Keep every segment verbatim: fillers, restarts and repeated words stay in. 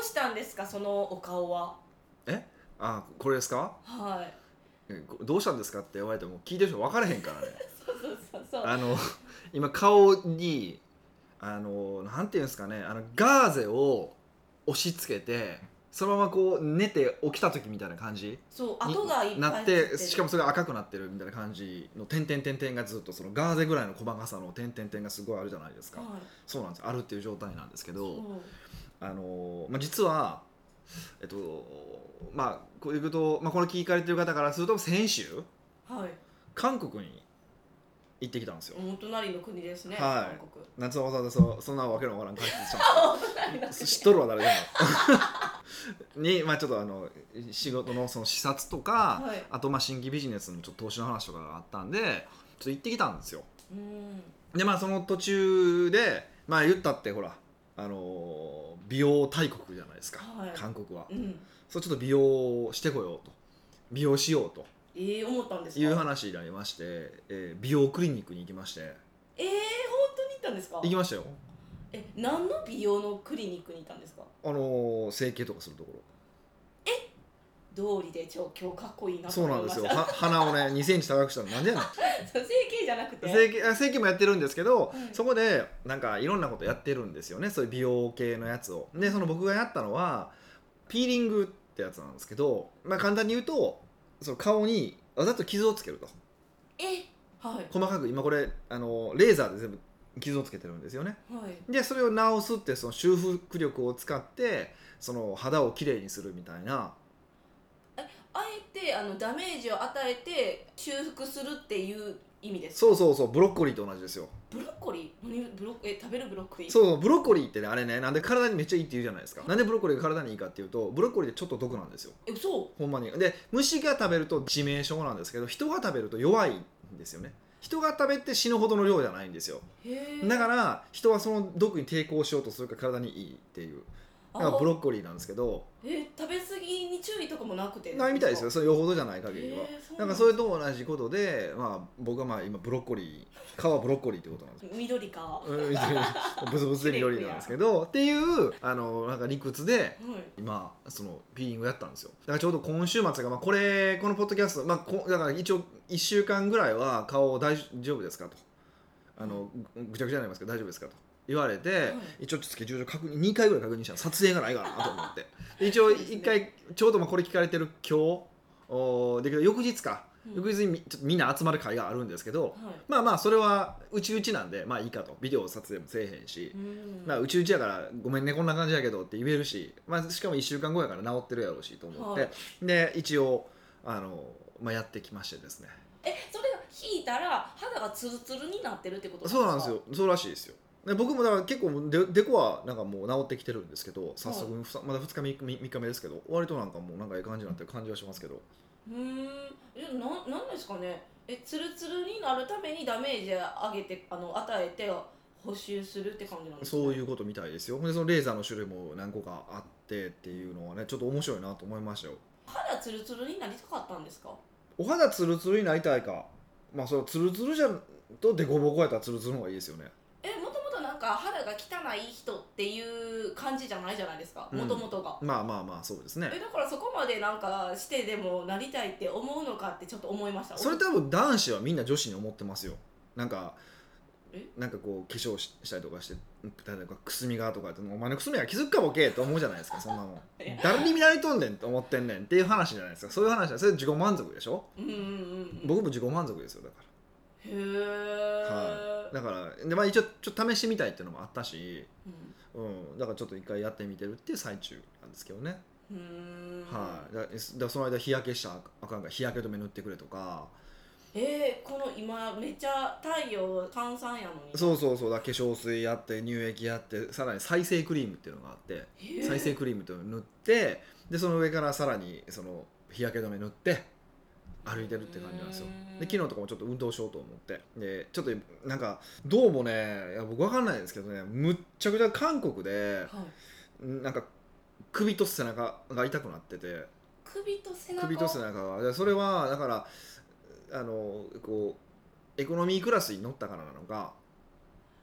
うしたんですかそのお顔は。 えあこれですか。 はいえどうしたんですかって言われても聞いてる人分からへんからねそうそうそうそうあの今顔にあのなんていうんですかね、あのガーゼを押し付けてそのままこう寝て起きた時みたいな感じそうに跡がいっぱないっつってる。 て、しかもそれが赤くなってるみたいな感じの点々点々がずっとそのガーゼぐらいの細かさの点々点がすごいあるじゃないですか、 はい、 そうなんです、あるっていう状態なんですけそど、 うあのまあ、実はえっとまあこういうこと、まあ、この聞かれてる方からすると先週はい、 韓国に行ってきたんですよ。 お隣の国ですね、 はい韓国。 夏わざわざそそんなわけのわからん解説したお隣の国んですよ知っとるわ誰でもに、まあ、ちょっとあの仕事のその視察とか、 はい、 あとまあ新規ビジネスのちょっと投資の話とかがあったんでちょっと行ってきたんですよ。 うんでまあその途中でまあ言ったってほらあの美容大国じゃないですか、 はい、 韓国は。 うんそうちょっと美容してこようと美容しようとええ思ったんですか。 いう話になりまして、えー美容クリニックに行きまして。 ええ本当に行ったんですか。 行きましたよ。 え何の美容のクリニックに行ったんですか。 あのー整形とかするところ。 道理でちょ今日かっこいいなとそう思いました。 なんですよは鼻をねにセンチ高くしたのなんでやねんそう整形じゃなくて。 整形あ整形もやってるんですけど、 はいそこでなんかいろんなことやってるんですよね、そういう美容系のやつを。でその僕がやったのはピーリングってやつなんですけど、まあ、簡単に言うとその顔にわざと傷をつけると、 えはい細かく今これあのレーザーで全部傷をつけてるんですよね。 はいでそれを治すってその修復力を使ってその肌をきれいにするみたいな。 あえてあのダメージを与えて修復するっていう意味ですか。 そうそうそう、ブロッコリーと同じですよ。 ブロッコリー何ブロッえ食べるブロッコリー。 そうそう、ブロッコリーってねあれね、なんで体にめっちゃいいって言うじゃないですか。なんでブロッコリーが体にいいかっていうと、ブロッコリーってちょっと毒なんですよ、 え嘘。 ほんまに。で虫が食べると致命傷なんですけど、人が食べると弱いんですよね。人が食べて死ぬほどの量じゃないんですよ。 へえだから人はその毒に抵抗しようとするから体にいいっていう、だからブロッコリーなんですけど、 え食べ過ぎに注意とかもなくてないみたいですよ、それよほどじゃない限りは。 へーそうなかなんんだそれと同じことで、まあ、僕はまあ今ブロッコリー、皮はブロッコリーってことなんですよ。 緑か、 うんブツブツで緑なんですけどっていうあのなんか理屈ではい今そのピーリングやったんですよ。だからちょうど今週末が、まあ、これこのポッドキャスト、まあ、こだから一応いっしゅうかんぐらいは顔大丈夫ですかと、あのぐぐちゃぐちゃになりますけど大丈夫ですかと言われて、 はい一応ちょっとスケジュール確認にかいぐらい確認したら撮影がないかなと思ってで一応いっかいちょうどまあこれ聞かれてる今日おできる翌日か、 うん翌日にみちょっとみんな集まる会があるんですけど、 はいまあまあそれはうちうちなんでまあいいかと、ビデオ撮影もせえへんし、 うんまあ、うちうちやからごめんねこんな感じやけどって言えるし、まあ、しかもいっしゅうかんごやから治ってるやろうしと思って、 はいで一応あの、まあ、やってきましてですね。 えそれが引いたら肌がツルツルになってるってことですか。 そうなんですよ、そうらしいですよ。で僕もだから結構ででこはなんかもう治ってきてるんですけど、早速、ふさまだふつかみっかめですけど割となんかもうなんかいい感じになってる感じはしますけど。 うーんえななんですかね。えツルツルになるためにダメージ上げてあの与えて補修するって感じなんですね。 そういうことみたいですよ。でそのレーザーの種類も何個かあってっていうのはねちょっと面白いなと思いましたよ。 肌ツルツルになりたかったんですか。 お肌ツルツルになりたいか、まあそれツルツルじゃんとデコボコやったらツルツルの方がいいですよね。 えもともとなんか肌が汚い人っていう感じじゃないじゃないですか、 うんもともとが。 まあまあまあそうですね。 えだからそこまでなんかしてでもなりたいって思うのかってちょっと思いました。 それ多分男子はみんな女子に思ってますよ。なんかえなんかこう化粧ししたりとかして例えばくすみがとかやってお前のくすみが気づくかボケって思うじゃないですか、そんなもんいや誰に見られとんねんって思ってんねんっていう話じゃないですか。そういう話はそれ自己満足でしょ。 うんうんうん僕も自己満足ですよだかへえ、 ら、はい、だからで、まあ、一応ちょっと試してみたいっていうのもあったし、 うんうん、だからちょっと一回やってみてるっていう最中なんですけどね。 うーんはい、だだからその間日焼けしたらあかんから日焼け止め塗ってくれとか。 えー、この今めっちゃ太陽炭酸やのにそうそうそうだから化粧水やって乳液やってさらに再生クリームっていうのがあって、 へー再生クリームっていうのを塗ってでその上からさらにその日焼け止め塗って歩いてるって感じなんですよ。で昨日とかもちょっと運動しようと思ってでちょっとなんかどうもねいや僕分かんないですけどねむっちゃくちゃ韓国ではい、 なんか首と背中が痛くなってて首と背中首と背中がでそれはだからあのこうエコノミークラスに乗ったからなのか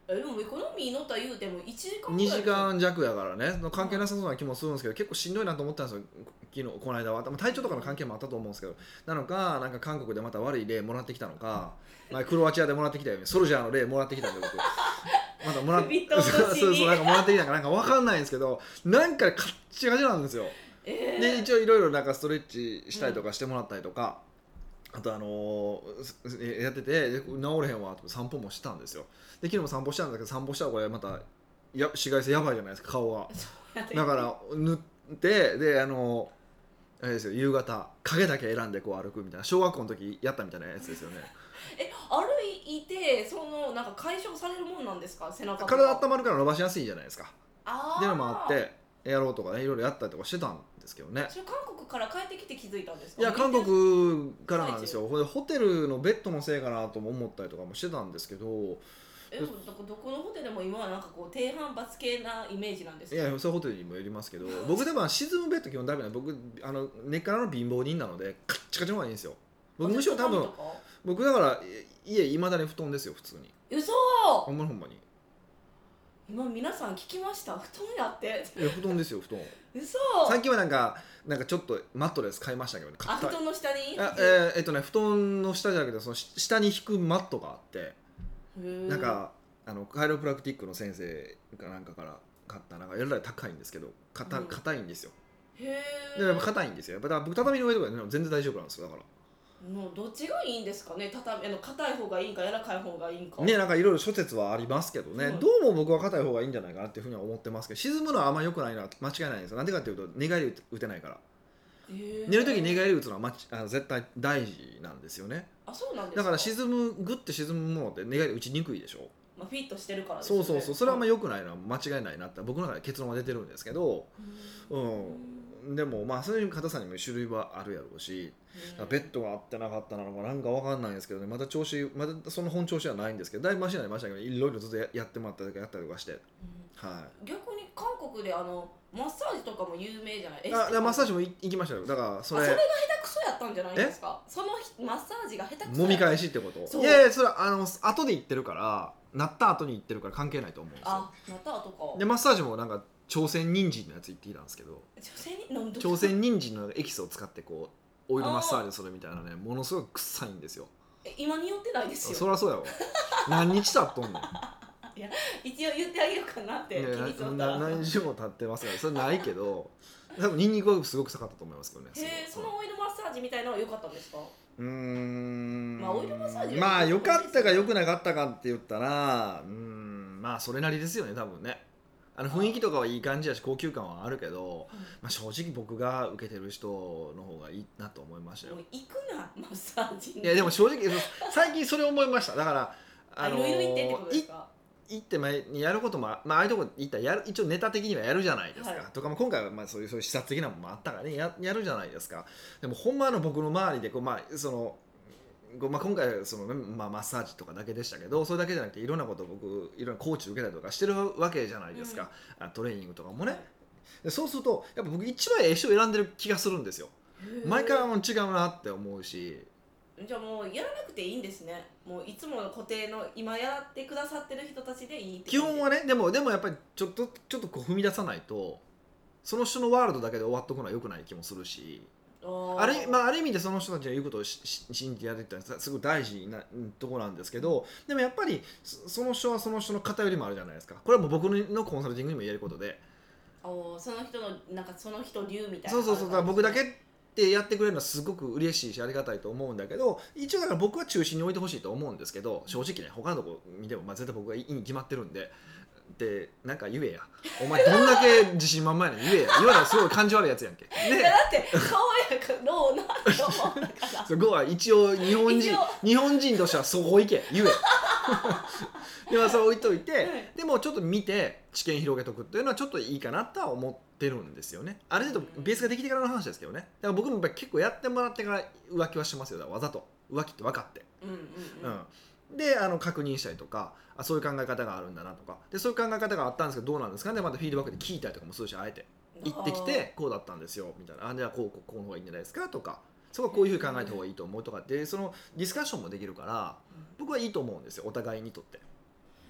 えでもエコノミー乗った言うてもいちじかんぐらにいじかん弱やからね関係なさそうな気もするんですけど、結構しんどいなと思ったんですよ昨日この間は。体調とかの関係もあったと思うんですけど、なのかなんか韓国でまた悪い例もらってきたのか、まあ、クロアチアでもらってきたよねソルジャーの例もらってきたんで僕またもらっ首とそう腰にそうそうなんかもらってきたかなんか分かんないんですけど、なんかカッチカチなんですよ。 えー、 で一応いろいろなんかストレッチしたりとかしてもらったりとか、うん、あとあのー、やっててで治れへんわと散歩もしたんですよ。で昨日も散歩したんだけど、散歩したらこれまたや紫外線やばいじゃないですか顔が。だから塗ってであのー、あれですよ夕方影だけ選んでこう歩くみたいな小学校の時やったみたいなやつですよね。 え歩いてそのなんか解消されるもんなんですか背中とか。 体温まるから伸ばしやすいじゃないですか。 あっていうのもあってやろうとかねいろいろやったりとかしてたんですけどね。 それ韓国から帰ってきて気づいたんですか。 いや韓国からなんですよ。ほんでホテルのベッドのせいかなとも思ったりとかもしてたんですけど、 えどこどこのホテルでも今はなんかこう低反発系なイメージなんですか。 いやそういうホテルにもよりますけど僕でも沈むベッド基本ダメなの。僕あの根っからの貧乏人なのでカッチカチの方がいいんですよ。僕むしろ多分僕だから家いまだに布団ですよ普通に。 嘘ほんまにほんまに今皆さん聞きました布団やっていや布団ですよ布団嘘最近はなんかなんかちょっとマットレス買いましたけどね。 あ布団の下にあ、えー、えっとね布団の下じゃなくてその下に引くマットがあってなんかあのカイロプラクティックの先生かなんかから買ったなんかえらい高いんですけど硬硬いんですよ。 へえでやっぱ硬いんですよ。やっぱだから僕畳の上とかで、ね、全然大丈夫なんですよ。だからもうどっちがいいんですかね。畳あの硬い方がいいんか柔らかい方がいいんかねなんかいろいろ諸説はありますけどね、 うん、 どうも僕は硬い方がいいんじゃないかなっていうふうには思ってますけど、沈むのはあんま良くないな間違いないんですよ。なんでかっていうと寝返り打てないから。寝るとき寝返り打つのは、ま、あの絶対大事なんですよね。 あそうなんですか。 だから沈むグッて沈むものって寝返り打ちにくいでしょ。 まあ、フィットしてるからですね。 そうそうそうそれはあんま良くないのは間違いないなって僕の中で結論は出てるんですけど、うん、うん、でもまあそういう硬さにも種類はあるやろうし、ベッドが合ってなかったなのかなんか分かんないんですけどね。まだ調子まだその本調子はないんですけどだいぶマシになりましたけどいろいろずっとやってもらったりとかやったりとかして、うん、はい。 逆に韓国であのマッサージとかも有名じゃない。 あマッサージも行きましたよ。だからそれそれが下手くそやったんじゃないですか。そのマッサージが下手くそ揉み返しってこと。いやいやそれはあの後で行ってるからなった後に行ってるから関係ないと思うんですよ。 あなった後か。 でマッサージもなんか朝鮮人参のやつ行ってきたんですけど朝鮮人参のエキスを使ってこうオイルマッサージするみたいなねものすごい臭いんですよ。 え今によってないですよ。 そりゃそうやわ何日経っとんねんいや一応言ってあげようかなって気にしとったら何日も経ってますからそれないけど多分ニンニクはすごく臭かったと思いますけどね。 へえそのオイルマッサージみたいなのは良かったんですか。 うーんまあオイルマッサージまあ良かったか良くなかったかって言ったらうーんまあそれなりですよね多分ね。あの雰囲気とかはいい感じやし高級感はあるけど、うんまあ、正直僕が受けてる人の方がいいなと思いましたよ。 もう行くなマッサージに。 いやでも正直最近それ思いました。だからあのいろいろ行ってってことですか。 行って前にやることも、まあああいうとこ行ったらやる一応ネタ的にはやるじゃないですか、 はい、 とかも今回はまあそういうそういう視察的なものもあったからね や, やるじゃないですか。でもほんまの僕の周りでこう、まあそのまあ、今回はその、ねまあ、マッサージとかだけでしたけどそれだけじゃなくていろんなことを僕いろんなコーチ受けたりとかしてるわけじゃないですか、うん、トレーニングとかもね、はい、でそうするとやっぱ僕一番ええ人を選んでる気がするんですよ。毎回も違うなって思うし。 じゃあもうやらなくていいんですね。もういつもの固定の今やってくださってる人たちでいいって基本はね。でもでもやっぱりちょっとちょっとこう踏み出さないとその人のワールドだけで終わっとくのは良くない気もするし、あれ、まあ、ある意味でその人たちが言うことをしし信じてやるってのはすごい大事なところなんですけど、でもやっぱりその人はその人の偏りもあるじゃないですか。これはもう僕のコンサルティングにも言えることで、 おその人のなんかその人流みたいな。 そうそうそうだから僕だけってやってくれるのはすごく嬉しいしありがたいと思うんだけど、一応だから僕は中心に置いてほしいと思うんですけど、正直ね他のとこ見てもまあ絶対僕がいいに決まってるんで。ってなんか言えやお前どんだけ自信満々やねん言えや言わないすごい感じ悪いやつやんけ、ね、 いやだって顔やからローなと思うだからそこは一応日本人日本人としてはそこ行け言えでもそう置いといて、はい、でもちょっと見て知見広げとくっていうのはちょっといいかなとは思ってるんですよね。ある程度ベースができてからの話ですけどね。だから僕もやっぱり結構やってもらってから浮気はしますよ。だからわざと浮気って分かって、 うんうんうん、 うん、であの確認したりとかあそういう考え方があるんだなとかでそういう考え方があったんですけどどうなんですかね。またフィードバックで聞いたりとかもするしあえて行ってきてこうだったんですよみたいなあじゃあこうこうこうの方がいいんじゃないですかとかそこはこういうふうに考えた方がいいと思うとかってそのディスカッションもできるから僕はいいと思うんですよお互いにとって。 え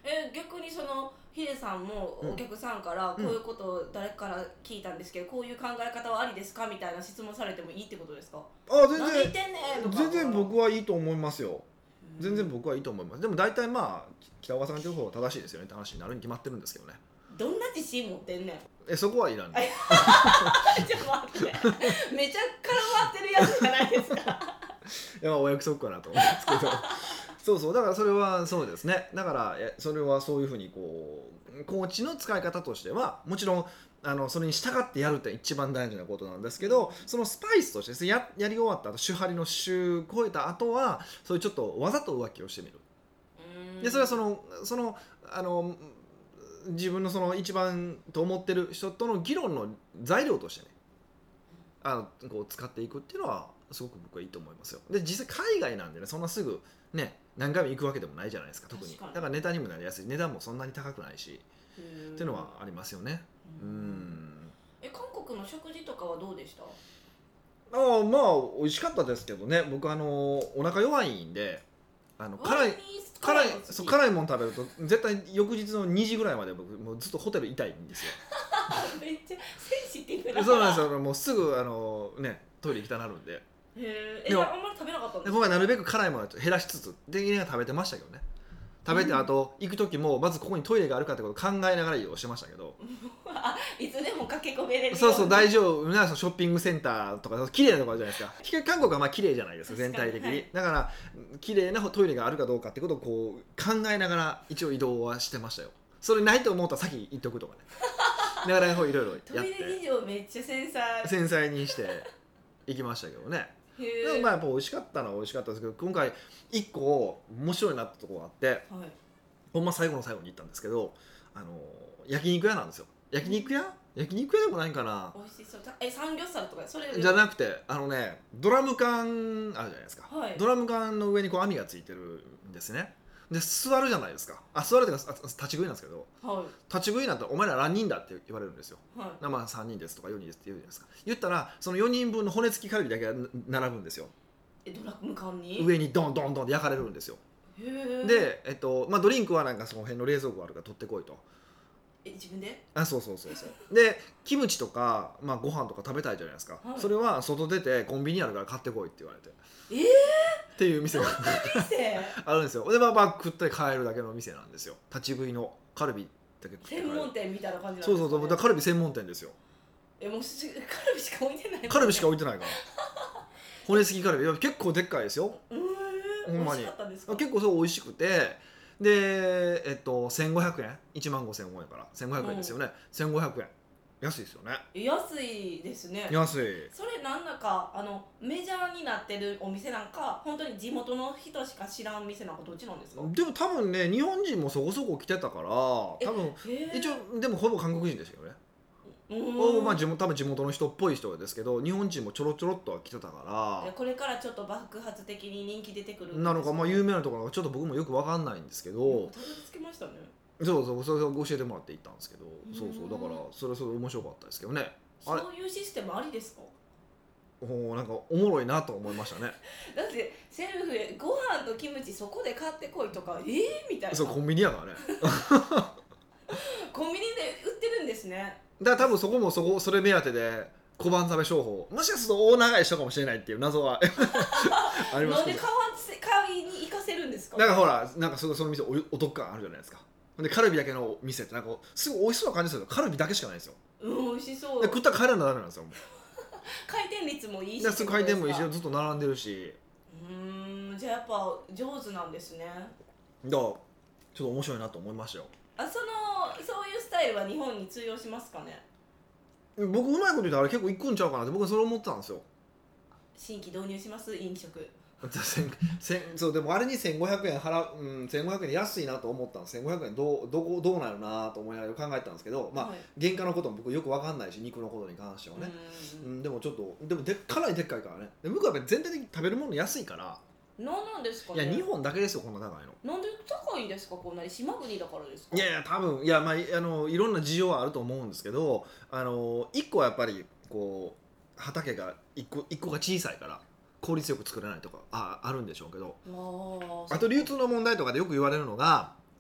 え逆にそのヒデさんもお客さんからこういうことを誰から聞いたんですけど、うん、こういう考え方はありですかみたいな質問されてもいいってことですか？ あ全然何言ってんねんとか全然僕はいいと思いますよ。全然僕はいいと思います。でも大体まあ北岡さんが言ってる方が正しいですよねって話になるに決まってるんですけどね。 どんな自信持ってんねん。 えそこはいらんねちょっと待ってめちゃ絡まってるやつじゃないですかいやまあお約束かなと思うんですけどそうそうだからそれはそうですね。だからえそれはそういうふうにこうコーチの使い方としてはもちろんあのそれに従ってやるって一番大事なことなんですけど、そのスパイスとしてや, やり終わった後手張りの週超えた後はそういうちょっとわざと浮気をしてみる。でそれはそのそのあの自分のその一番と思ってる人との議論の材料としてねあのこう使っていくっていうのはすごく僕はいいと思いますよ。で実際海外なんでねそんなすぐね何回も行くわけでもないじゃないですか。特に確かにだからネタにもなりやすい。値段もそんなに高くないしっていうのはありますよね。うーんえ韓国の食事とかはどうでした？ ああまあ美味しかったですけどね。僕あのお腹弱いんであの辛い辛いそう辛いもの食べると絶対翌日のにじぐらいまで僕もうずっとホテル痛いんですよめっちゃセンシティブな。 そうなんですよ。もうすぐあのねトイレ行きたなるんで。 へえ。 でもあんまり食べなかったんですか？ で僕はなるべく辛いものを減らしつつできれば食べてましたけどね。食べてあと行く時もまずここにトイレがあるかってことを考えながら移動してましたけどいつでも駆け込めれるよそうそう大丈夫なショッピングセンターとか綺麗なところじゃないですか。比較韓国はまあ綺麗じゃないですか全体的に、はい、だから綺麗なトイレがあるかどうかってことをこう考えながら一応移動はしてましたよ。それないと思ったら先行っとくとかねだからいろいろやってトイレ事情めっちゃ繊細繊細にして行きましたけどね。でもまあやっぱ美味しかったのは美味しかったですけど今回一個面白いなったところがあって、はい、ほんま最後の最後に行ったんですけどあの焼肉屋なんですよ。焼肉屋焼肉屋でもないかな。 美味しそう。えサンギョッサルとかそれじゃなくてあのねドラム缶あるじゃないですか、はい、ドラム缶の上にこう網がついてるんですね。で座るじゃないですか。あ座るっていうか立ち食いなんですけど、はい、立ち食いなんてお前ら何人だって言われるんですよ、はい、まあさんにんですとかよにんですって言うじゃないですか。言ったらそのよにんぶんの骨付きカルビだけが並ぶんですよ。 えドラム缶に上にドンドンドンって焼かれるんですよ。へで、えっとまあ、ドリンクはなんかその辺の冷蔵庫あるから取ってこいと。 え自分であそうそうそうそうでキムチとか、まあ、ご飯とか食べたいじゃないですか、はい、それは外出てコンビニあるから買ってこいって言われてえーっていう店があるんですよ。でまあまあ食って帰るだけの店なんですよ。立ち食いのカルビだけ食って帰る専門店みたいな感じなんですか、 ね、そうそうそうだからカルビ専門店ですよ。 えもうカルビしか置いてない、ね、 カルビしか置いてないから骨付きカルビいや結構でっかいですよ。 うーんほんまに美味しかったんですか？ 結構そう美味しくてでえっとせんごひゃくえんいちまんごせんウォンやからせんごひゃくえんですよね、うん、せんごひゃくえん安いですよね。 安いですね。 安い。 それなんだかあのメジャーになってるお店なんか本当に地元の人しか知らん店なんかどっちなんですか？ でも多分ね日本人もそこそこ来てたから多分一応でもほぼ韓国人ですよね。おまあ、地元多分地元の人っぽい人ですけど日本人もちょろちょろっとは来てたからこれからちょっと爆発的に人気出てくるなのか、まあ、有名なところがちょっと僕もよく分かんないんですけどたどり着きましたね。 そうそうそれを教えてもらって行ったんですけどそうそうだからそれはそれ面白かったですけどね。 そういうシステムありですか？ おなんかおもろいなと思いましたねだってセルフでご飯とキムチそこで買ってこいとかえーみたいな。 そうコンビニやからねコンビニで売ってるんですね。 だから多分そこもそこそれ目当てで小判ザメ商法もしかすると大長い人かもしれないっていう謎はありますけど。 なんで買いに行かせるんですか？ だからほらなんかそのその店 お, お得感あるじゃないですか。でカルビだけの店ってなんかすごい美味しそうな感じですよ。カルビだけしかないんですよ。 うん美味しそう。 で食ったら帰らなダメなんですよ回転率もいいし。 で回転もいいしずっと並んでるし。 うーんじゃあやっぱ上手なんですね。 だからちょっと面白いなと思いましたよ。 あそのそういうスタイルは日本に通用しますかね？ 僕うまいこと言ったらあれ結構いくんちゃうかなって僕はそれ思ってたんですよ。 新規導入します飲食そうでもあれにせんごひゃくえん払う、うん、せんごひゃくえん安いなと思ったんです。せんごひゃくえんどうどこどうなるなと思いながら考えたんですけど、まあ、はい、原価のことも僕よく分かんないし肉のことに関してはね、うん、うん、でもちょっとでもでかなりでっかいからね。で僕はやっぱり全体的に食べるもの安いから何なんですかね。 いや日本だけですよこんな高いの。 なんで高いんですかこんなに島国だからですか。 いやいや多分いやまああのいろんな事情はあると思うんですけどあのいっこはやっぱりこう畑がいっこいっこが小さいから効率よく作れないとか あ, あるんでしょうけど あ, あと流通の問題とかでよく言われるのが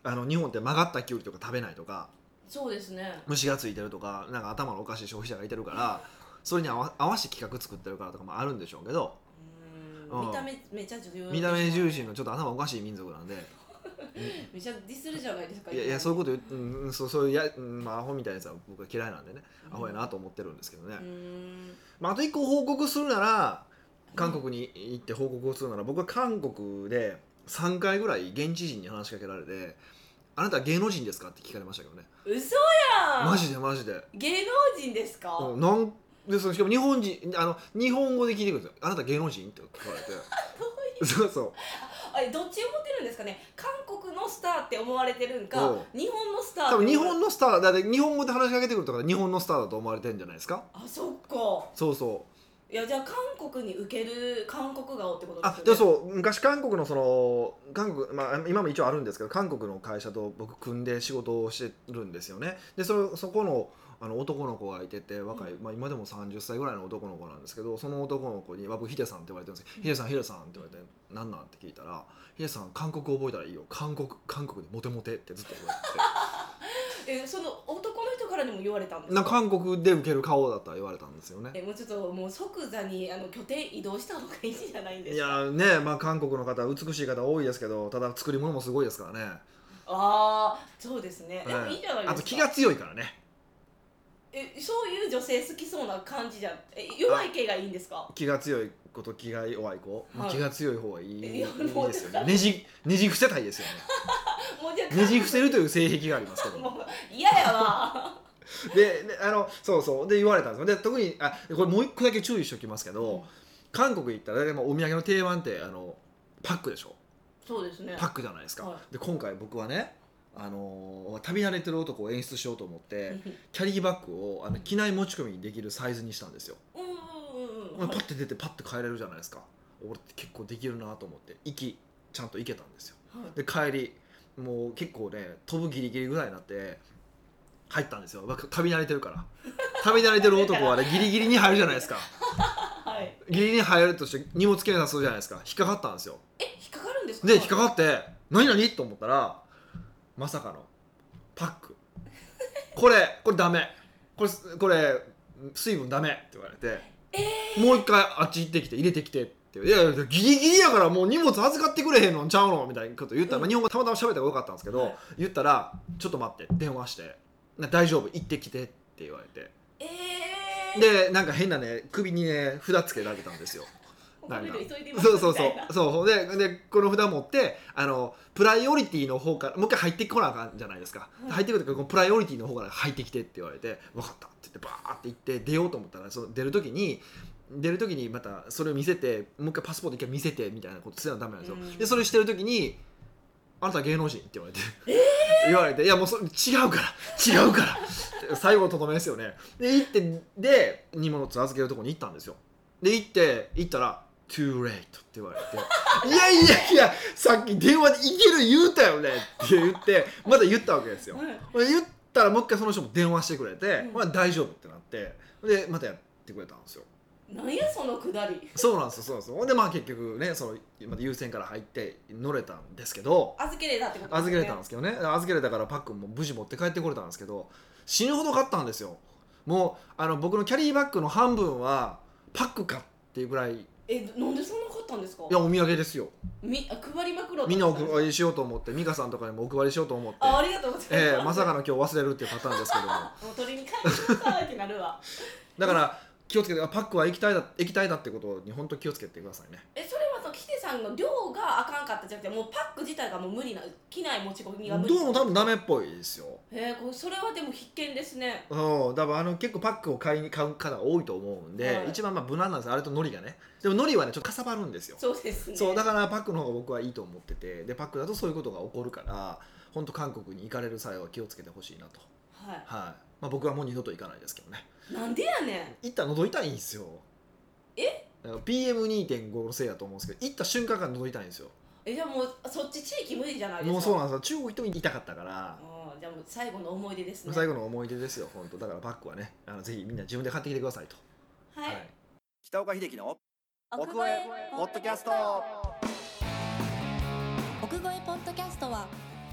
あの日本って曲がったきゅうりとか食べないとかそうですね。 虫がついてるとかなんか頭のおかしい消費者がいてるからそれに合わ合わせて企画作ってるからとかもあるんでしょうけど、 うーんうん見た目めっちゃ重要見た目重視のちょっと頭おかしい民族なんでめっちゃディスるじゃないですか。 いやいやそういうこと言う、うん、そうそういうや、うんまあ、アホみたいなやつは僕は嫌いなんでね、 うんアホやなと思ってるんですけどね、 うーんまあ、あと一個報告するなら韓国に行って報告をするなら僕は韓国でさんかいぐらい現地人に話しかけられてあなた芸能人ですかって聞かれましたけどね。 嘘やん。 マジでマジで。 芸能人ですか。 うんなんでそのしかも日本人あの日本語で聞いてくるんですよ。あなた芸能人って聞かれてそうそうあれどっち思ってるんですかね。韓国のスターって思われてるんかおう日本のスターって多分日本ののスターだって日本語で話しかけてくるとか日本のスターだと思われてるんじゃないですか。 あそっか。 そうそういやじゃあ韓国に受ける韓国顔ってことですよね。 あでそう昔韓国のその韓国、まあ、今も一応あるんですけど韓国の会社と僕組んで仕事をしてるんですよね。でそそこのあの男の子がいてて若い、 うんまあ、今でもさんじゅっさいぐらいの男の子なんですけどその男の子に「僕ヒデさん」って言われてるんですけど「ヒデさんヒデさん」って言われて「何なん?」って聞いたら「ヒデさん韓国覚えたらいいよ韓国韓国でモテモテ」ってずっと言われてえその男の人からにも言われたんですか。 なんか韓国で受ける顔だったら言われたんですよね。 えもうちょっともう即座にあの拠点移動した方がいいんじゃないんでいすか。 やねまあ韓国の方は美しい方多いですけどただ作り物もすごいですからね。 ああそうですね。でもはいいいんじゃないですか。 あと気が強いからね。 えそういう女性好きそうな感じじゃん。え弱い系がいいんですか。 気が強い子と気が弱い子、まあはい気が強い方がいい、 えいいいやもうですよね。ねじねじ伏せたいですよね。 もうじゃあねじ伏せるという性癖がありますけど。 もう嫌やわ。 でであのそうそうで言われたんですよ。で特にあこれもう一個だけ注意しておきますけど、 うん韓国行ったら、まあ、お土産の定番ってあのパックでしょ。 そうですね。 パックじゃないですか。 はで今回僕はねあの旅慣れてる男を演出しようと思ってうんキャリーバッグをあの機内持ち込みにできるサイズにしたんですよ。 うんうんうんまあパッて出てパッて帰れるじゃないですか。俺って結構できるなと思って行きちゃんと行けたんですよ。 はいで帰りもう結構ね飛ぶギリギリぐらいになって入ったんですよ。まあ旅慣れてるから旅慣れてる男はねギリギリに入るじゃないですか。 はい。 ギリギリに入るとして荷物検査するじゃないですか。引っかかったんですよ。 え引っかかるんですか。 で引っかかって何何と思ったらまさかのパックこれこれダメこれこれ水分ダメって言われて、 えもう一回あっち行ってきて入れてきてっていやいやギリギリやからもう荷物預かってくれへんのんちゃうのみたいなこと言ったら、 うんまあ、日本語たまたま喋った方がよかったんですけど、 はい言ったらちょっと待って電話してな大丈夫行ってきてって言われてー、えー、 でなんか変なね首にね札つけられたんですよ。 他の人急いでますそうそうそうみたいなそうででこの札持ってあのプライオリティの方からもう一回入ってこなあかんじゃないですか、 うん入ってくるとこのプライオリティの方から入ってきてって言われて分かったって言ってバーって行って出ようと思ったらその出る時に出る時にまたそれを見せてもう一回パスポート一回見せてみたいなことするのはダメなんですよ、 うんでそれしてる時にあなた芸能人って言われて、言われていやもうそれ違うから違うから最後のとどめですよね。で行ってで荷物預けるところに行ったんですよ。で行って行ったらtoo late って言われていやいやいやさっき電話でいける言うたよねって言ってまた言ったわけですよ、 はい言ったらもう一回その人も電話してくれて、 うんまあ、大丈夫ってなってでまたやってくれたんですよ。 なんやそのくだり。 そうなんですよそうなんですよ。ほんでまあ結局ねそのまた優先から入って乗れたんですけど預けれたってことですね。 預けれたんですけどね預けれたからパックンも無事持って帰ってこれたんですけど死ぬほど買ったんですよ。もうあの僕のキャリーバッグの半分はパックかっていうぐらいえなんでそんな買ったんですか。 いやお土産ですよ。 みあ配りまくろうとみんなお思った配りしようと思って美香さんとかにもお配りしようと思ってあありがとうございます。 えーまさかの今日忘れるっていうパターンですけどももう取りに帰ってくださいってなるわ。 だから気をつけてパックは液体だ液体だってことに本当気をつけてくださいね。 えそれはそのヒデさんの量があかんかったじゃなくてもうパック自体がもう無理な機内持ち込みが無理。 どうも多分ダメっぽいですよ。 えー、これそれはでも必見ですね。 うん、多分あの結構パックを買いに買う方が多いと思うんで、 はい一番まあ無難なんですあれと海苔がね。でも海苔はねちょっとかさばるんですよ。 そうですね。 そうだからパックの方が僕はいいと思っててでパックだとそういうことが起こるから本当韓国に行かれる際は気をつけてほしいなと。 ははいまあ、僕はもう二度と行かないですけどね。 い。なんでやねん。 行ったら喉痛いんですよ。 えピーエムにてんご のせいやと思うんですけど行った瞬間から喉痛いんですよ。 えじゃあもうそっち地域無理じゃないですか。 もうそうなんですよ。中国行っても痛かったからあーじゃあもう最後の思い出ですね。 最後の思い出ですよ本当。だからバッグはねあのぜひみんな自分で買ってきてくださいと。 はい。 北岡秀樹の奥越えポッドキャスト。 奥越えポッドキャストは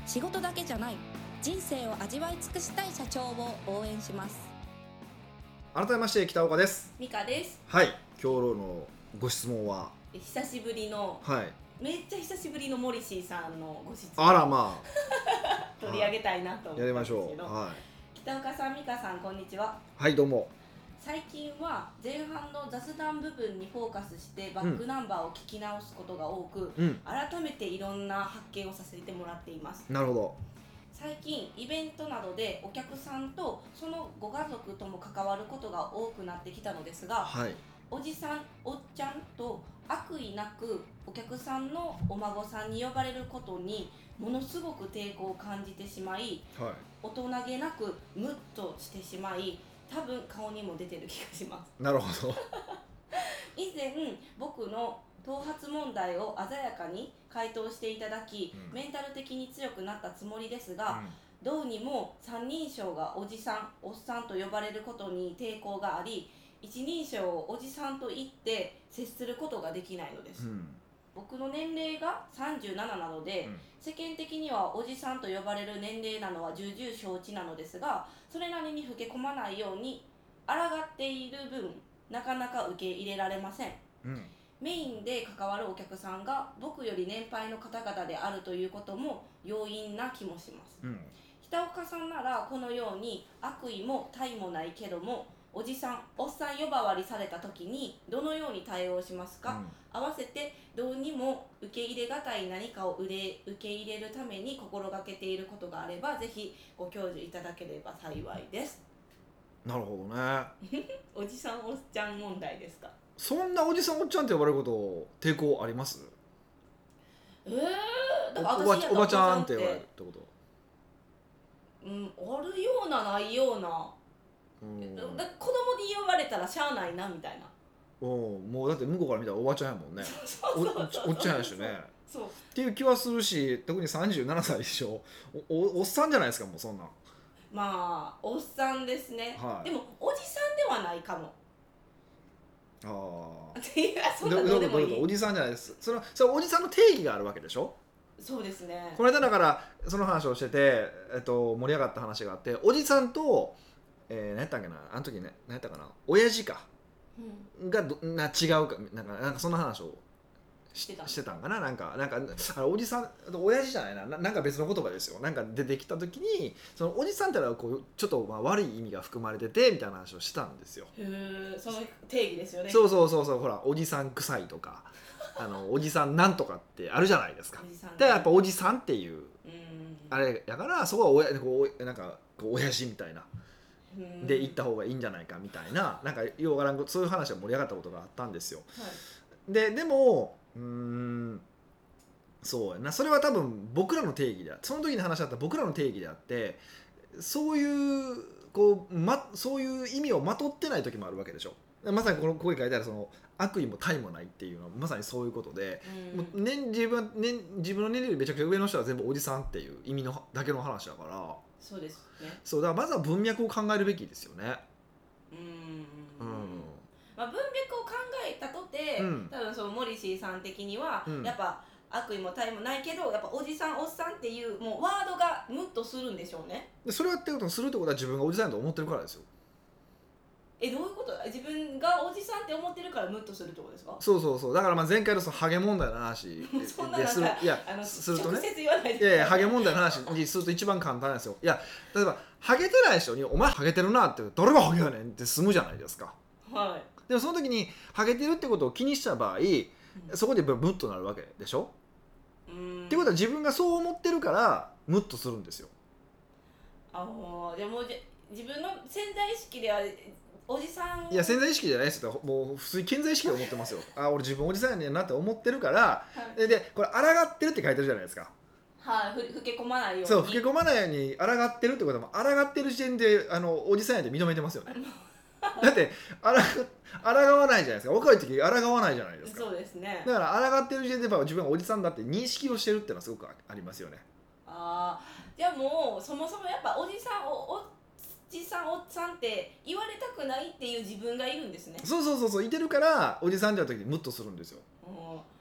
仕事だけじゃない人生を味わい尽くしたい社長を応援します。 改めまして北岡です。 ミカです。 はい、今日のご質問は久しぶりの、 はい、 めっちゃ久しぶりのモリシーさんのご質問あらまあ取り上げたいなと思ってますけど、 やりましょう。はい、 北岡さん、ミカさん、こんにちは。 はいどうも。 最近は前半の雑談部分にフォーカスしてバックナンバーを聞き直すことが多く、うん、改めていろんな発見をさせてもらっています。 なるほど。 最近イベントなどでお客さんとそのご家族とも関わることが多くなってきたのですが、 はい、 おじさんおっちゃんと悪意なくお客さんのお孫さんに呼ばれることにものすごく抵抗を感じてしまい、はい、大人げなくムッとしてしまい、多分顔にも出てる気がします。 なるほど。 以前僕の頭髪問題を鮮やかに回答していただき、うん、メンタル的に強くなったつもりですが、うん、どうにも三人称がおじさんおっさんと呼ばれることに抵抗があり、一人称をおじさんと言って接することができないのです、うん、僕の年齢がさんじゅうなななので、うん、世間的にはおじさんと呼ばれる年齢なのは重々承知なのですが、それなりに老け込まないように抗っている分なかなか受け入れられません、うん、メインで関わるお客さんが僕より年配の方々であるということも要因な気もします、うん、北岡さんならこのように悪意も他意もないけどもおじさんおっさん呼ばわりされた時にどのように対応しますか、うん、合わせてどうにも受け入れがたい何かを受け入れるために心がけていることがあればぜひご教授いただければ幸いです。 なるほどね。 おじさんおっちゃん問題ですか。 そんなおじさんおっちゃんって呼ばれること抵抗あります？ えー、だからお, お, ばおばちゃんって言われるってこと？ うん、あるようなないような。うん、だ子供に呼ばれたらしゃあないなみたいな。 おもうだって向こうから見たらおばちゃんやもんね。おっちゃんやしね。 そうっていう気はするし、特にさんじゅうななさいでしょ。 お, お, おっさんじゃないですかもうそんなん。 まあおっさんですね、はい、でもおじさんではないかも。 ああ。 いやそんなどうでもいい。 おじさんじゃないです。そのそのおじさんの定義があるわけでしょ。 そうですね。 この間だからその話をしてて、えっと、盛り上がった話があって、おじさんと、えー、何やったっけな、あの時ね、何やったかな、親父か、うん、がどな違うかなんか、なんかそんな話をしてたしてたんかな、なんかなんかあれおじさん親父じゃないな、な、なんか別の言葉ですよ。なんか出てきた時にそのおじさんってのはこうちょっとまあ悪い意味が含まれててみたいな話をしたんですよ。 へえ、その定義ですよね。 そうそうそうそう、ほらおじさん臭いとかあのおじさんなんとかってあるじゃないですか。だからやっぱおじさんっていうあれやから、そこは親こうなんかこう親父みたいなで行った方がいいんじゃないかみたいな、なんかようわからんそういう話が盛り上がったことがあったんですよ。はい、ででもうーんそうやな、それは多分僕らの定義であって、その時に話し合った僕らの定義であって、そういうこう、ま、そういう意味をまとってない時もあるわけでしょ。まさにこのここに書いてあるその悪意も他意もないっていうのはまさにそういうことで、うん、もうね、自分ね、自分の年齢よりめちゃくちゃ上の人は全部おじさんっていう意味のだけの話だから。 そうですね。 そうだからまずは文脈を考えるべきですよね。 うん、うんまあ、文脈を考えたとて、うん、多分そのモリシーさん的には、うん、やっぱ悪意も他意もないけどやっぱおじさんおっさんっていうもうワードがムッとするんでしょうね。 でそれはってことするってことは自分がおじさんと思ってるからですよ。 えどういうこと？自分がおじさんって思ってるからムッとするってことですか？ そうそうそう、だからまあ前回のそのハゲ問題の話そんななんかいやあのするとね、 直接言わないで。 いやいやハゲ問題の話にすると一番簡単ですよ。いや例えばハゲてない人にお前ハゲてるなって誰がハゲやねんって済むじゃないですか。 はい。 でもその時にハゲてるってことを気にした場合、うん、そこでムッとなるわけでしょ。うーんってことは自分がそう思ってるからムッとするんですよ。 ああ、でも自分の潜在意識ではおじさん、 いや潜在意識じゃないですよ。もう普通に潜在意識で思ってますよ。あ俺自分おじさんやねんなって思ってるから、はい、でこれ抗ってるって書いてるじゃないですか。 はい、ふ、老け込まないように。 そう、老け込まないように抗ってるってことは、抗ってる時点であのおじさんやで認めてますよね。だってあら抗わないじゃないですか。若い時抗わないじゃないですか。 そうですね。 だから抗ってる時点で自分がおじさんだって認識をしてるっていうのはすごくありますよね。 ああ、じゃあもうそもそもやっぱおじさんおおじさんおっさんって言われたくないっていう自分がいるんですね。 そうそうそうそう、いてるからおじさんって言った時にムッとするんですよ。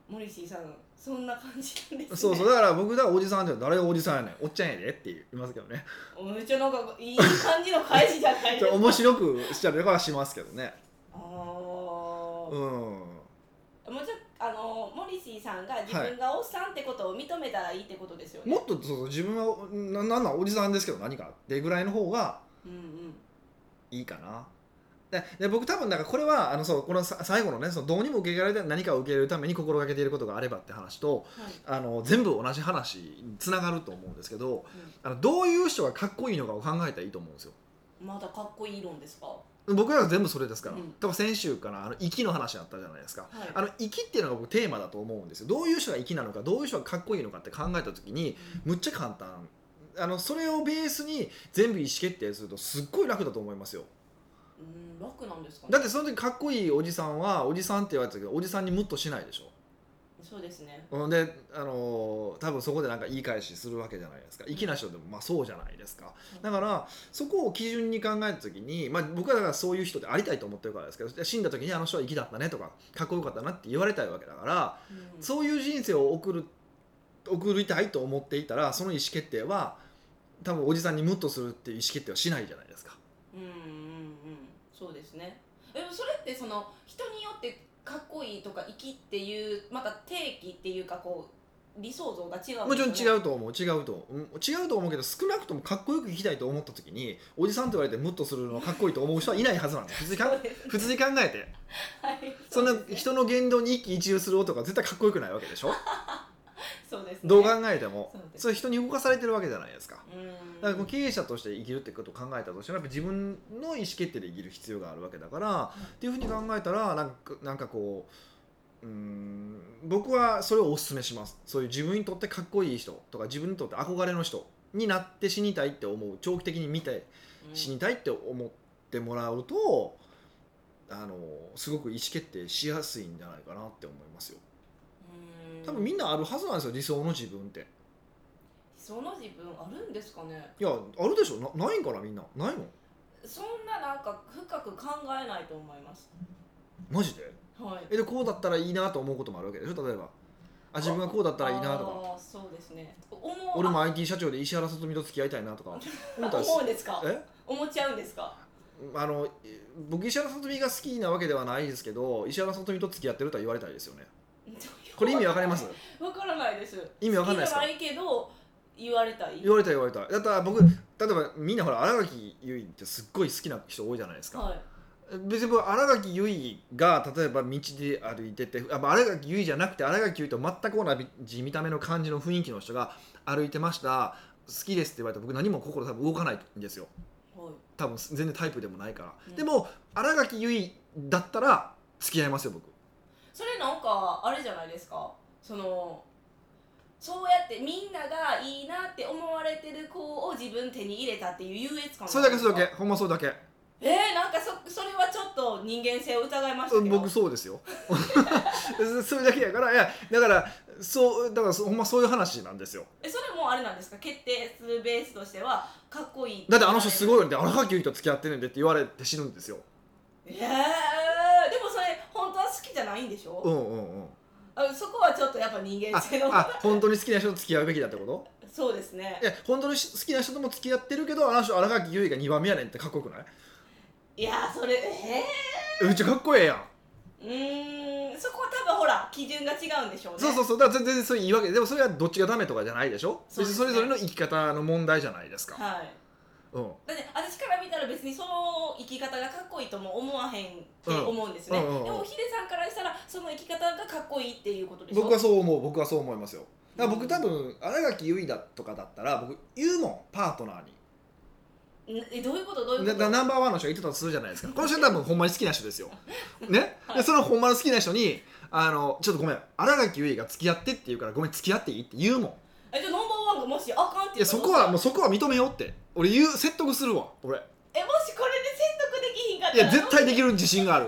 モリシーさんそんな感じなんですね。 そうそうだから僕だからおじさんって誰がおじさんやねんおっちゃんやでって言いますけどねめっちゃなんかいい感じの返しじゃないですか。 面白くしちゃうからしますけどね。 ああ、 うん、 もうちょあのモリシーさんが自分がおっさんってことを認めたらいいってことですよね。 もっとそうそう自分はななんなんおじさんですけど何かってぐらいの方がいいかな。でで僕多分なんかこれはあのそうこのさ最後のねそのどうにも受け入れられない何かを受け入れるために心がけていることがあればって話と、はい、あの全部同じ話につながると思うんですけど、うん、あのどういう人がかっこいいのかを考えたらいいと思うんですよ。 まだかっこいい論ですか。 僕らは全部それですから、うん、多分先週からあの息の話あったじゃないですか、はい、あの息っていうのが僕テーマだと思うんですよ。どういう人が息なのかどういう人がかっこいいのかって考えた時に、うん、むっちゃ簡単あのそれをベースに全部意思決定するとすっごい楽だと思いますよ。 うん楽なんですかね。 だってその時かっこいいおじさんはおじさんって言われたけどおじさんにムッとしないでしょ。 そうですね。 で、あのー、多分そこでなんか言い返しするわけじゃないですか。粋な人でもまあそうじゃないですか。だからそこを基準に考えた時に、まあ、僕はだからそういう人でありたいと思ってるからですけど死んだ時にあの人は粋だったねとかかっこよかったなって言われたいわけだから、うん、そういう人生を送る送りたいと思っていたらその意思決定は多分おじさんにムッとするっていう意思決定はしないじゃないですか。 うんうんうんそうですね。でもそれってその人によってかっこいいとか粋っていうまた定義っていうかこう理想像が違うんですよね。 もちろん違うと思う違うと違うと思うけど少なくともかっこよく生きたいと思った時におじさんと言われてムッとするのかっこいいと思う人はいないはずなんです。普通にか普通に考えて、はい、そんな人の言動に一喜一憂する男は絶対かっこよくないわけでしょそうですね、 どう考えても そ, うそれ人に動かされてるわけじゃないですか。 うんだから経営者として生きるってことを考えたとしてもやっぱ自分の意思決定で生きる必要があるわけだから、うん、っていうふうに考えたらなんか、なんかこう、うーん僕はそれをお勧めします。そういう自分にとってかっこいい人とか自分にとって憧れの人になって死にたいって思う長期的に見て死にたいって思ってもらうと、うん、あのすごく意思決定しやすいんじゃないかなって思いますよ。多分みんなあるはずなんですよ理想の自分って。 理想の自分あるんですかね。 いやあるでしょ な, ないんかなみんなないの。 そんななんか深く考えないと思います。 マジで、 はい、 えでこうだったらいいなと思うこともあるわけでしょ。例えばあ自分がこうだったらいいなとか。 あそうですね。 俺も アイティー 社長で石原さとみと付き合いたいなとか思った思うんですか。え思っちゃうんですか。 あの僕石原さとみが好きなわけではないですけど石原さとみと付き合ってるとは言われたいですよね。これ意味わかります？ わからないです。 意味わかんないですか？ 好きじゃないけど言われたい。 言われたい言われたい。だったら僕例えばみんなほら新垣結衣ってすっごい好きな人多いじゃないですか。はい、別に新垣結衣が例えば道で歩いてて新垣結衣じゃなくて新垣結衣と全く同じ見た目の感じの雰囲気の人が歩いてました好きですって言われたら僕何も心多分動かないんですよ。はい、多分全然タイプでもないから。うん、でも新垣結衣だったら付き合いますよ僕。 それなんかあれじゃないですか。そのそうやってみんながいいなって思われてる子を自分手に入れたっていう優越感。 それだけそれだけほんまそれだけ。 えー、なんか そ, それはちょっと人間性を疑いましたけど。 僕そうですよそれだけやからいやだからそうだからほんまそういう話なんですよ。 えそれもあれなんですか。決定するベースとしてはかっこいいだってあの人すごいので新垣結衣と付き合ってるんでって言われて死ぬんですよ。 えー、でもそれ本当は好きじゃないんでしょ。 うんうんうん。 あそこはちょっとやっぱ人間性のああ本当に好きな人と付き合うべきだってこと。 そうですね。 いや本当に好きな人とも付き合ってるけどあの人新垣結衣がにばんめやねんってかっこよくない？ いやそれえー、めっちゃかっこええやん。 うーんそこは多分ほら基準が違うんでしょうね。 そうそうそうだから全然それいいわけででもそれはどっちがダメとかじゃないでしょ。そ, ね、それぞれの生き方の問題じゃないですか。 はい、うん、だって私から見たら別にその生き方がかっこいいとも思わへんって思うんですね、うんうんうんうん、でもヒデさんからしたらその生き方がかっこいいっていうことでしょ。 僕はそう思う僕はそう思いますよ。だから僕多分新垣結衣だとかだったら僕言うもんパートナーにえどういうことどういうこと。 ナンバーワンの人が言ってたとするじゃないですか。この人は多分ほんまに好きな人ですよね、はい、でそのほんまの好きな人にあのちょっとごめん新垣結衣が付き合ってって言うからごめん付き合っていいって言うもん。 えじゃあナンバーワンがもしあかんって言ったらいやそこはもうそこは認めようって俺言う説得するわ俺。 えもしこれで説得できひんかったら。 いや絶対できる自信がある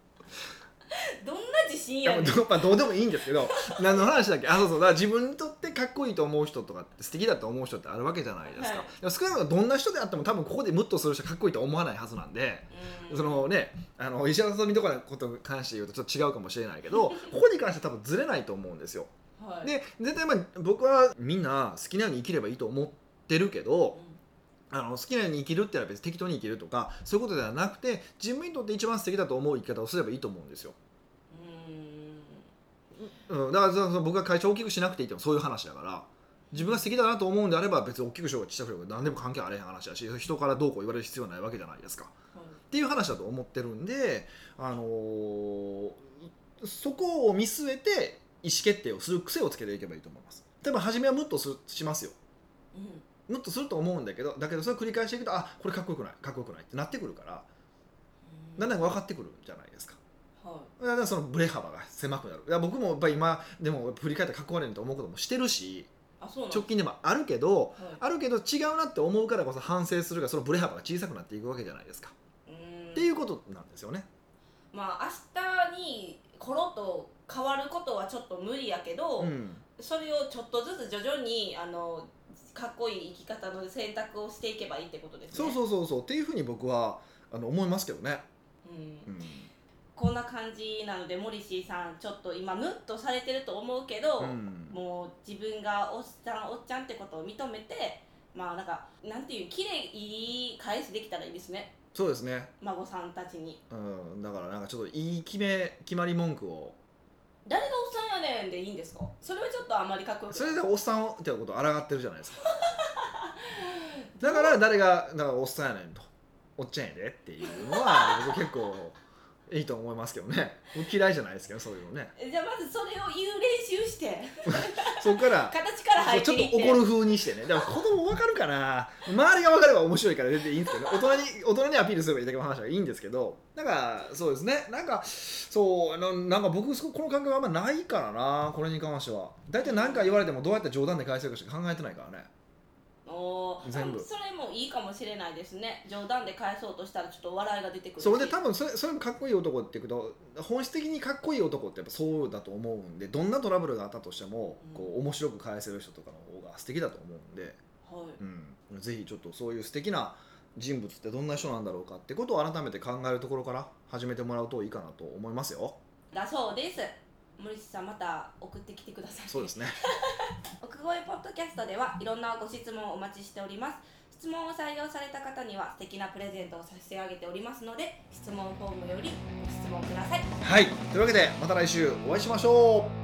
どんな自信やねん。 ど, どうでもいいんですけど何の話だっけ。あそうそうだから自分にとってかっこいいと思う人とかって素敵だと思う人ってあるわけじゃないですか、 はい、 でも少なくともどんな人であっても多分ここでムッとする人はかっこいいと思わないはずなんで、 うん、 そのねあの石原さとみとかのことに関して言うとちょっと違うかもしれないけどここに関しては多分ずれないと思うんですよ、 はい、 で絶対まあ僕はみんな好きなように生きればいいと思ってるけど、うん、あの好きなように生きるってのは別に適当に生きるとかそういうことではなくて自分にとって一番素敵だと思う生き方をすればいいと思うんですよ。うん、だからその僕が会社を大きくしなくていいってもそういう話だから自分が素敵だなと思うんであれば別に大きくしようが小さくしようが何でも関係あれへん話だし人からどうこう言われる必要はないわけじゃないですか、はい、っていう話だと思ってるんで、あのー、そこを見据えて意思決定をする癖をつけていけばいいと思います。多分初めはムッとすしますよ、うん、ムッとすると思うんだけどだけどそれを繰り返していくとあこれかっこよくないかっこよくないってなってくるからだんだん分かってくるじゃないですか。はい、だからそのブレ幅が狭くなる。いや僕もやっぱり今でも振り返ってかっこ悪いなと思うこともしてるし直近でもあるけど、はい、あるけど違うなって思うからこそ反省するからそのブレ幅が小さくなっていくわけじゃないですか。うーんっていうことなんですよね。 まあ明日にコロッと変わることはちょっと無理やけど、うん、それをちょっとずつ徐々にあのかっこいい生き方の選択をしていけばいいってことですね。 そうそうそうそうっていうふうに僕はあの思いますけどね。 うん、うんこんな感じなのでモリシーさんちょっと今ムッとされてると思うけど、うん、もう自分がおっさんおっちゃんってことを認めてまあなんかなんていうきれいい返しできたらいいですね。 そうですね孫さんたちに、 うん、だからなんかちょっといい決め決まり文句を誰がおっさんやねんでいいんですか。それはちょっとあんまりかっこよくない。 それでおっさんってことを抗ってるじゃないですかだから誰がだからおっさんやねんとおっちゃんやでっていうのは僕結構いいと思いますけどね。嫌いじゃないですけどそういうのね。 じゃあまずそれを言う練習してそこから形から入っていってちょっと怒る風にしてね。だから子供分かるかな周りが分かれば面白いから全然いいんですけど大人に大人にアピールすればいいだけの話はいいんですけどなんかそうですねなんかそうななんか僕この感覚あんまないからなこれに関しては大体何か言われてもどうやって冗談で返せるかしか考えてないからね。 お全部それもいいかもしれないですね。冗談で返そうとしたらちょっと笑いが出てくるしそれで多分それそれもかっこいい男っていうと本質的にかっこいい男ってやっぱそうだと思うんでどんなトラブルがあったとしても、うん、こう面白く返せる人とかの方が素敵だと思うんで、はいうん、ぜひちょっとそういう素敵な人物ってどんな人なんだろうかってことを改めて考えるところから始めてもらうといいかなと思いますよ。 だそうです。森下さんまた送ってきてください。 そうですね奥越ポッドキャストではいろんなご質問をお待ちしております。質問を採用された方には素敵なプレゼントを差し上げておりますので質問フォームよりご質問ください。 はいというわけでまた来週お会いしましょう。